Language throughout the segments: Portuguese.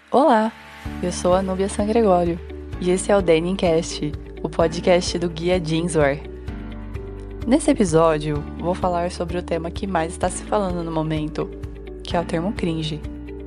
Olá, eu sou a Núbia San Gregório e esse é o Denincast, o podcast do Guia Jeanswear. Nesse episódio, vou falar sobre o tema que mais está se falando no momento, que é o termo cringe.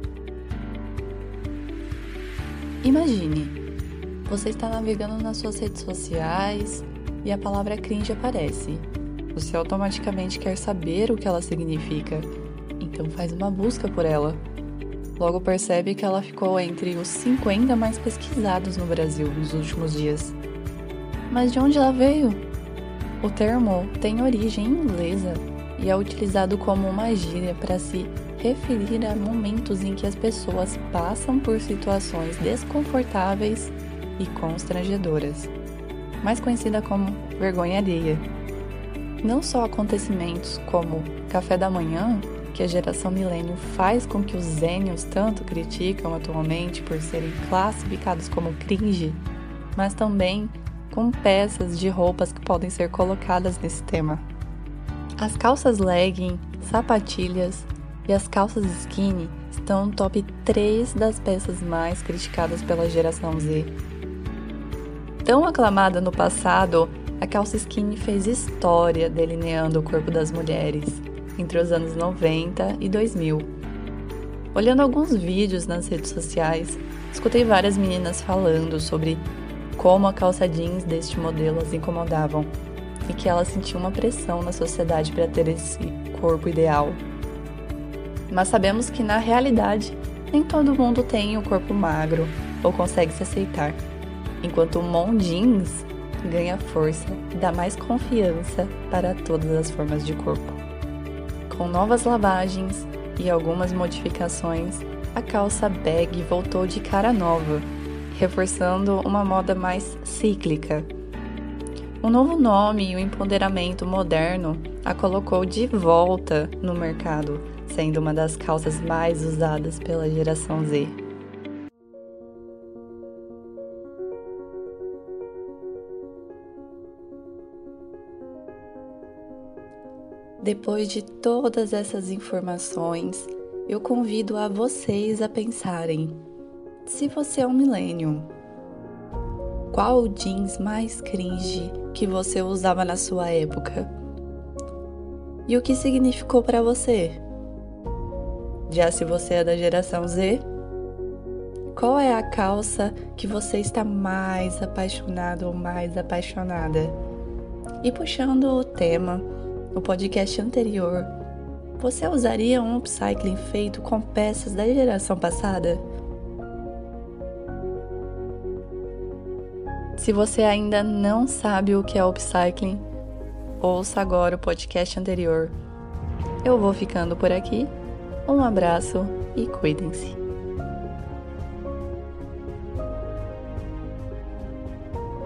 Imagine, você está navegando nas suas redes sociais e a palavra cringe aparece. Você automaticamente quer saber o que ela significa, então faz uma busca por ela. Logo percebe que ela ficou entre os 50 mais pesquisados no Brasil nos últimos dias. Mas de onde ela veio? O termo tem origem inglesa e é utilizado como uma gíria para se referir a momentos em que as pessoas passam por situações desconfortáveis e constrangedoras, mais conhecida como vergonha alheia. Não só acontecimentos como café da manhã, que a geração milênio faz com que os zênios tanto criticam atualmente por serem classificados como cringe, mas também com peças de roupas que podem ser colocadas nesse tema. As calças legging, sapatilhas e as calças skinny estão no top 3 das peças mais criticadas pela geração Z. Tão aclamada no passado, a calça skinny fez história delineando o corpo das mulheres entre os anos 90 e 2000. Olhando alguns vídeos nas redes sociais, escutei várias meninas falando sobre como a calça jeans deste modelo as incomodavam e que elas sentiam uma pressão na sociedade para ter esse corpo ideal. Mas sabemos que na realidade nem todo mundo tem o corpo magro ou consegue se aceitar, enquanto o mom jeans ganha força e dá mais confiança para todas as formas de corpo. Com novas lavagens e algumas modificações, a calça bag voltou de cara nova, reforçando uma moda mais cíclica. O novo nome e o empoderamento moderno a colocou de volta no mercado, sendo uma das calças mais usadas pela geração Z. Depois de todas essas informações, eu convido a vocês a pensarem: se você é um millennial, qual o jeans mais cringe que você usava na sua época? E o que significou para você? Já se você é da geração Z, qual é a calça que você está mais apaixonado ou mais apaixonada? E puxando o tema, no podcast anterior, você usaria um upcycling feito com peças da geração passada? Se você ainda não sabe o que é upcycling, ouça agora o podcast anterior. Eu vou ficando por aqui. Um abraço e cuidem-se.